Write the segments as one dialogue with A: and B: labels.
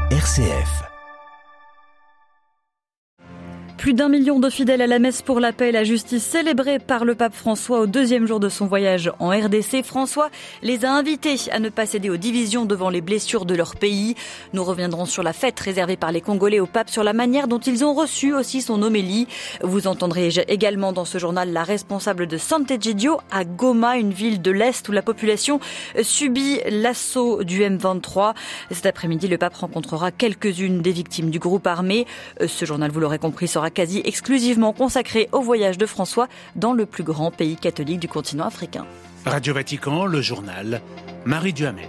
A: RCF.
B: Plus d'1 million de fidèles à la messe pour la paix et la justice célébrée par le pape François au 2e jour de son voyage en RDC. François les a invités à ne pas céder aux divisions devant les blessures de leur pays. Nous reviendrons sur la fête réservée par les Congolais au pape, sur la manière dont ils ont reçu aussi son homélie. Vous entendrez également dans ce journal la responsable de Sant'Egidio à Goma, une ville de l'Est où la population subit l'assaut du M23. Cet après-midi, le pape rencontrera quelques-unes des victimes du groupe armé. Ce journal, vous l'aurez compris, sera quasi exclusivement consacré au voyage de François dans le plus grand pays catholique du continent africain.
C: Radio Vatican, le journal, Marie Duhamel.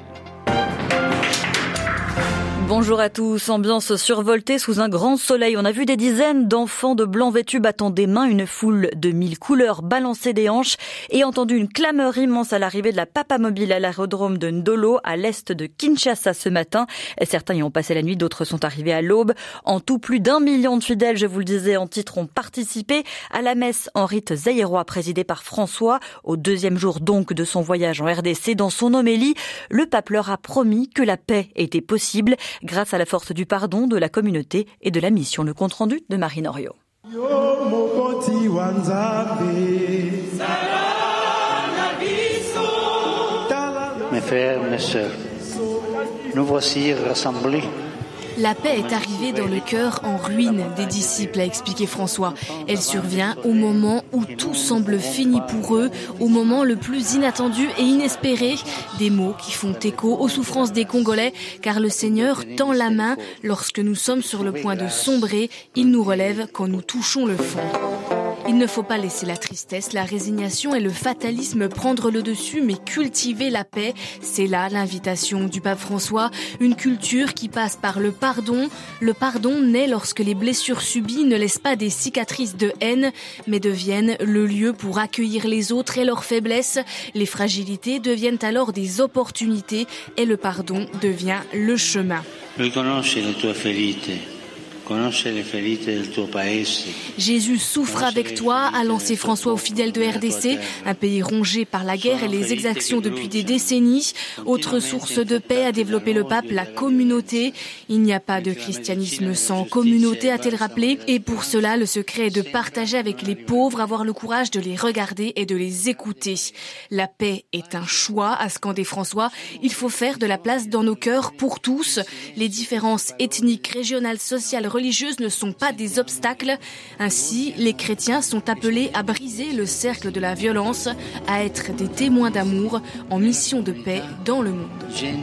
B: Bonjour à tous. Ambiance survoltée sous un grand soleil. On a vu des dizaines d'enfants de blanc vêtus battant des mains, une foule de 1000 couleurs balancer des hanches et entendu une clameur immense à l'arrivée de la Papamobile à l'aérodrome de Ndolo à l'est de Kinshasa ce matin. Certains y ont passé la nuit, d'autres sont arrivés à l'aube. En tout, plus d'1 million de fidèles, je vous le disais en titre, ont participé à la messe en rite zaïrois présidée par François. Au 2e jour donc de son voyage en RDC, dans son homélie, le pape leur a promis que la paix était possible grâce à la force du pardon, de la communauté et de la mission. Le compte-rendu de Marie Norio.
D: Mes frères, mes sœurs, nous voici rassemblés.
E: La paix est arrivée dans le cœur en ruine des disciples, a expliqué François. Elle survient au moment où tout semble fini pour eux, au moment le plus inattendu et inespéré. Des mots qui font écho aux souffrances des Congolais, car le Seigneur tend la main lorsque nous sommes sur le point de sombrer. Il nous relève quand nous touchons le fond. Il ne faut pas laisser la tristesse, la résignation et le fatalisme prendre le dessus, mais cultiver la paix. C'est là l'invitation du pape François, une culture qui passe par le pardon. Le pardon naît lorsque les blessures subies ne laissent pas des cicatrices de haine, mais deviennent le lieu pour accueillir les autres et leurs faiblesses. Les fragilités deviennent alors des opportunités et le pardon devient le chemin.
D: Riconosci le tue ferite.
E: Jésus souffre avec toi, a lancé François aux fidèles de RDC, un pays rongé par la guerre et les exactions depuis des décennies. Autre source de paix, a développé le pape, la communauté. Il n'y a pas de christianisme sans communauté, a-t-il rappelé. Et pour cela, le secret est de partager avec les pauvres, avoir le courage de les regarder et de les écouter. La paix est un choix, a scandé François. Il faut faire de la place dans nos cœurs pour tous. Les différences ethniques, régionales, sociales, religieuses ne sont pas des obstacles. Ainsi, les chrétiens sont appelés à briser le cercle de la violence, à être des témoins d'amour en mission de paix dans le monde.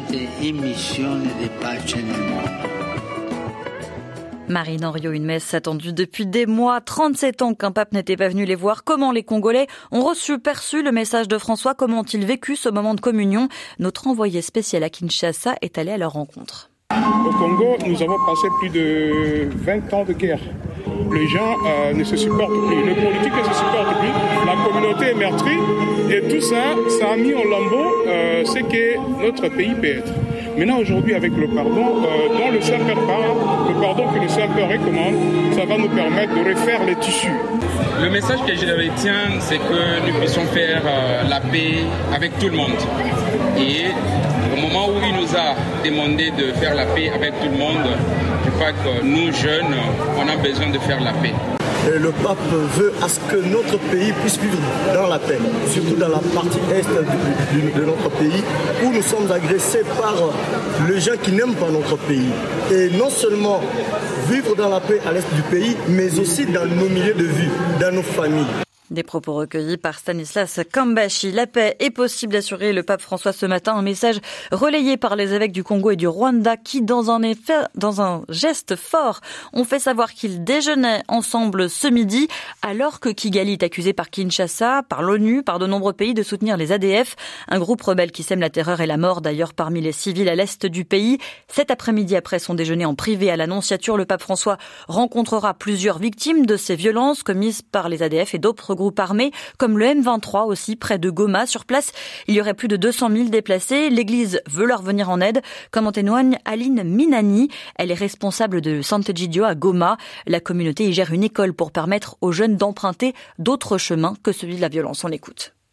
B: Marie Norio, une messe attendue depuis des mois, 37 ans qu'un pape n'était pas venu les voir. Comment les Congolais ont perçu le message de François? Comment ont-ils vécu ce moment de communion? Notre envoyé spécial à Kinshasa est allé à leur rencontre.
F: Au Congo, nous avons passé plus de 20 ans de guerre. Les gens ne se supportent plus, les politiques ne se supportent plus, la communauté est meurtrie et tout ça, ça a mis en lambeau ce que notre pays peut être. Maintenant, aujourd'hui, avec le pardon dont le Saint-Père parle, le pardon que le Saint-Père recommande, ça va nous permettre de refaire les tissus.
G: Le message que je retiens, c'est que nous puissions faire la paix avec tout le monde. Et au moment où il nous a demandé de faire la paix avec tout le monde, je crois que nous, jeunes, on a besoin de faire la paix.
H: Et le pape veut à ce que notre pays puisse vivre dans la paix, surtout dans la partie est de notre pays, où nous sommes agressés par les gens qui n'aiment pas notre pays. Et non seulement vivre dans la paix à l'est du pays, mais aussi dans nos milieux de vie, dans nos familles.
B: Des propos recueillis par Stanislas Kambashi. La paix est possible, assurait le pape François ce matin. Un message relayé par les évêques du Congo et du Rwanda qui, dans un geste fort, ont fait savoir qu'ils déjeunaient ensemble ce midi, alors que Kigali est accusé par Kinshasa, par l'ONU, par de nombreux pays de soutenir les ADF, un groupe rebelle qui sème la terreur et la mort d'ailleurs parmi les civils à l'est du pays. Cet après-midi, après son déjeuner en privé à l'Annonciature, le pape François rencontrera plusieurs victimes de ces violences commises par les ADF et d'autres groupes armés, comme le M23 aussi, près de Goma. Sur place, il y aurait plus de 200 000 déplacés. L'Église veut leur venir en aide, comme en témoigne Aline Minani. Elle est responsable de Sant'Egidio à Goma. La communauté y gère une école pour permettre aux jeunes d'emprunter d'autres chemins que celui de la violence. On l'écoute.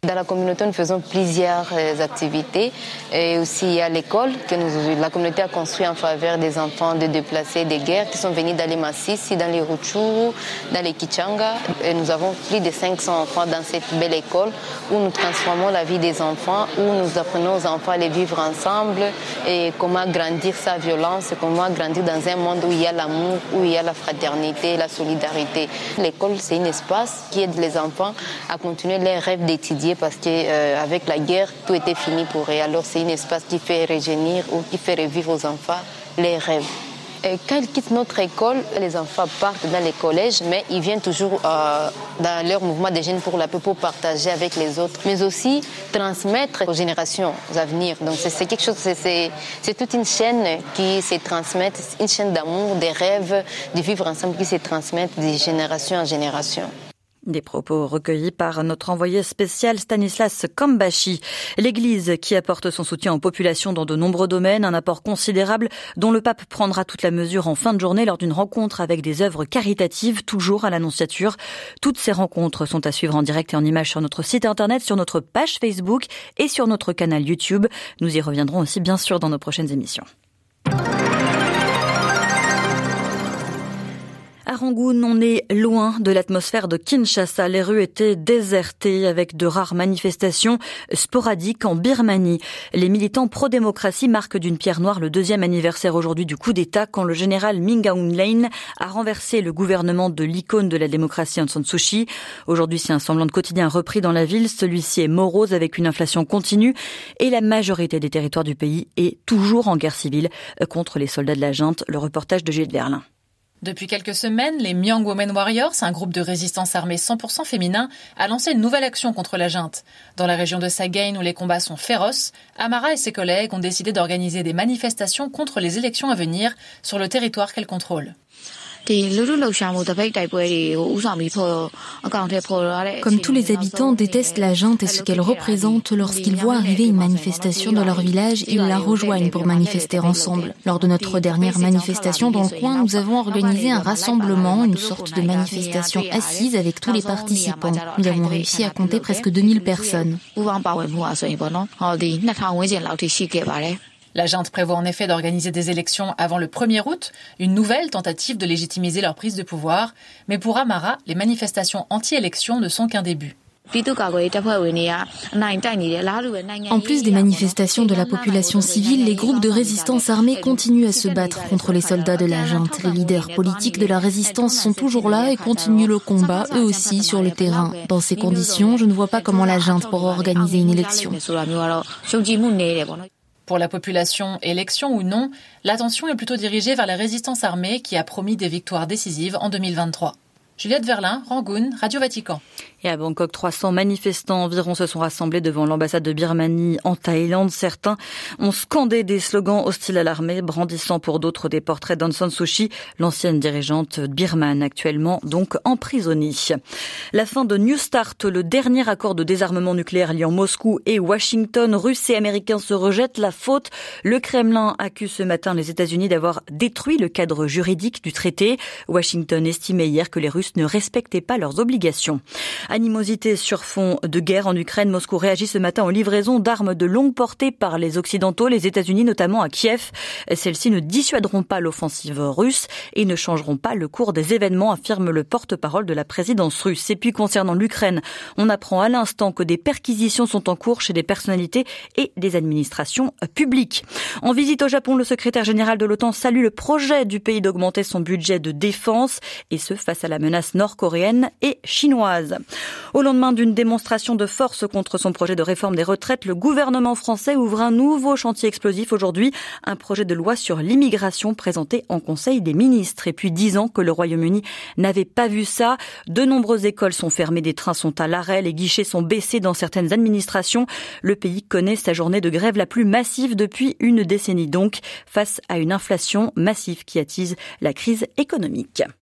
A: Dans la communauté, nous faisons plusieurs activités. Et aussi, il y a l'école que la communauté a construite en faveur des enfants de déplacés des guerres qui sont venus dans les Massissi, dans les Rutshuru, dans les Kichanga. Et nous avons plus de 500 enfants dans cette belle école où nous transformons la vie des enfants, où nous apprenons aux enfants à les vivre ensemble et comment grandir sans violence, comment grandir dans un monde où il y a l'amour, où il y a la fraternité, la solidarité. L'école, c'est un espace qui aide les enfants à continuer leurs rêves d'étudier parce qu'avec la guerre, tout était fini pour eux. Alors c'est un espace qui fait rajeunir ou qui fait revivre aux enfants les rêves. Et quand ils quittent notre école, les enfants partent dans les collèges, mais ils viennent toujours dans leur mouvement des jeunes pour la paix, pour partager avec les autres, mais aussi transmettre aux générations à venir. Donc c'est quelque chose, c'est toute une chaîne qui se transmet, une chaîne d'amour, des rêves, de vivre ensemble qui se transmettent de génération en génération.
B: Des propos recueillis par notre envoyé spécial Stanislas Kambashi. L'Église qui apporte son soutien aux populations dans de nombreux domaines, un apport considérable dont le pape prendra toute la mesure en fin de journée lors d'une rencontre avec des œuvres caritatives, toujours à l'Annonciature. Toutes ces rencontres sont à suivre en direct et en images sur notre site internet, sur notre page Facebook et sur notre canal YouTube. Nous y reviendrons aussi bien sûr dans nos prochaines émissions. À Rangoon, on est loin de l'atmosphère de Kinshasa. Les rues étaient désertées avec de rares manifestations sporadiques en Birmanie. Les militants pro-démocratie marquent d'une pierre noire le 2e anniversaire aujourd'hui du coup d'État quand le général Min Aung Hlaing a renversé le gouvernement de l'icône de la démocratie Aung San Suu Kyi. Aujourd'hui, c'est un semblant de quotidien repris dans la ville. Celui-ci est morose avec une inflation continue et la majorité des territoires du pays est toujours en guerre civile contre les soldats de la junte. Le reportage de Gilles Verlin.
I: Depuis quelques semaines, les Myang Women Warriors, un groupe de résistance armée 100% féminin, a lancé une nouvelle action contre la junte. Dans la région de Sagaing où les combats sont féroces, Amara et ses collègues ont décidé d'organiser des manifestations contre les élections à venir sur le territoire qu'elle contrôle.
E: Comme tous les habitants détestent la junte et ce qu'elle représente, lorsqu'ils voient arriver une manifestation dans leur village, ils la rejoignent pour manifester ensemble. Lors de notre dernière manifestation dans le coin, nous avons organisé un rassemblement, une sorte de manifestation assise avec tous les participants. Nous avons réussi à compter presque 2000 personnes.
I: La junte prévoit en effet d'organiser des élections avant le 1er août, une nouvelle tentative de légitimiser leur prise de pouvoir. Mais pour Amara, les manifestations anti-élections ne sont qu'un début.
E: En plus des manifestations de la population civile, les groupes de résistance armée continuent à se battre contre les soldats de la junte. Les leaders politiques de la résistance sont toujours là et continuent le combat, eux aussi, sur le terrain. Dans ces conditions, je ne vois pas comment la junte pourra organiser une élection.
I: Pour la population, élection ou non, l'attention est plutôt dirigée vers la résistance armée qui a promis des victoires décisives en 2023. Juliette Verlin, Rangoon, Radio Vatican.
B: Et à Bangkok, 300 manifestants environ se sont rassemblés devant l'ambassade de Birmanie en Thaïlande. Certains ont scandé des slogans hostiles à l'armée, brandissant pour d'autres des portraits d'Aung San Suu Kyi, l'ancienne dirigeante birmane, actuellement donc emprisonnée. La fin de New Start, le dernier accord de désarmement nucléaire liant Moscou et Washington. Russes et Américains se rejettent la faute. Le Kremlin accuse ce matin les États-Unis d'avoir détruit le cadre juridique du traité. Washington estimait hier que les Russes ne respectaient pas leurs obligations. Animosité sur fond de guerre en Ukraine, Moscou réagit ce matin aux livraisons d'armes de longue portée par les Occidentaux, les États-Unis notamment à Kiev. Celles-ci ne dissuaderont pas l'offensive russe et ne changeront pas le cours des événements, affirme le porte-parole de la présidence russe. Et puis concernant l'Ukraine, on apprend à l'instant que des perquisitions sont en cours chez des personnalités et des administrations publiques. En visite au Japon, le secrétaire général de l'OTAN salue le projet du pays d'augmenter son budget de défense, et ce face à la menace nord-coréenne et chinoise. Au lendemain d'une démonstration de force contre son projet de réforme des retraites, le gouvernement français ouvre un nouveau chantier explosif aujourd'hui, un projet de loi sur l'immigration présenté en Conseil des ministres. Et puis 10 ans que le Royaume-Uni n'avait pas vu ça. De nombreuses écoles sont fermées, des trains sont à l'arrêt, les guichets sont baissés dans certaines administrations. Le pays connaît sa journée de grève la plus massive depuis une décennie donc, face à une inflation massive qui attise la crise économique.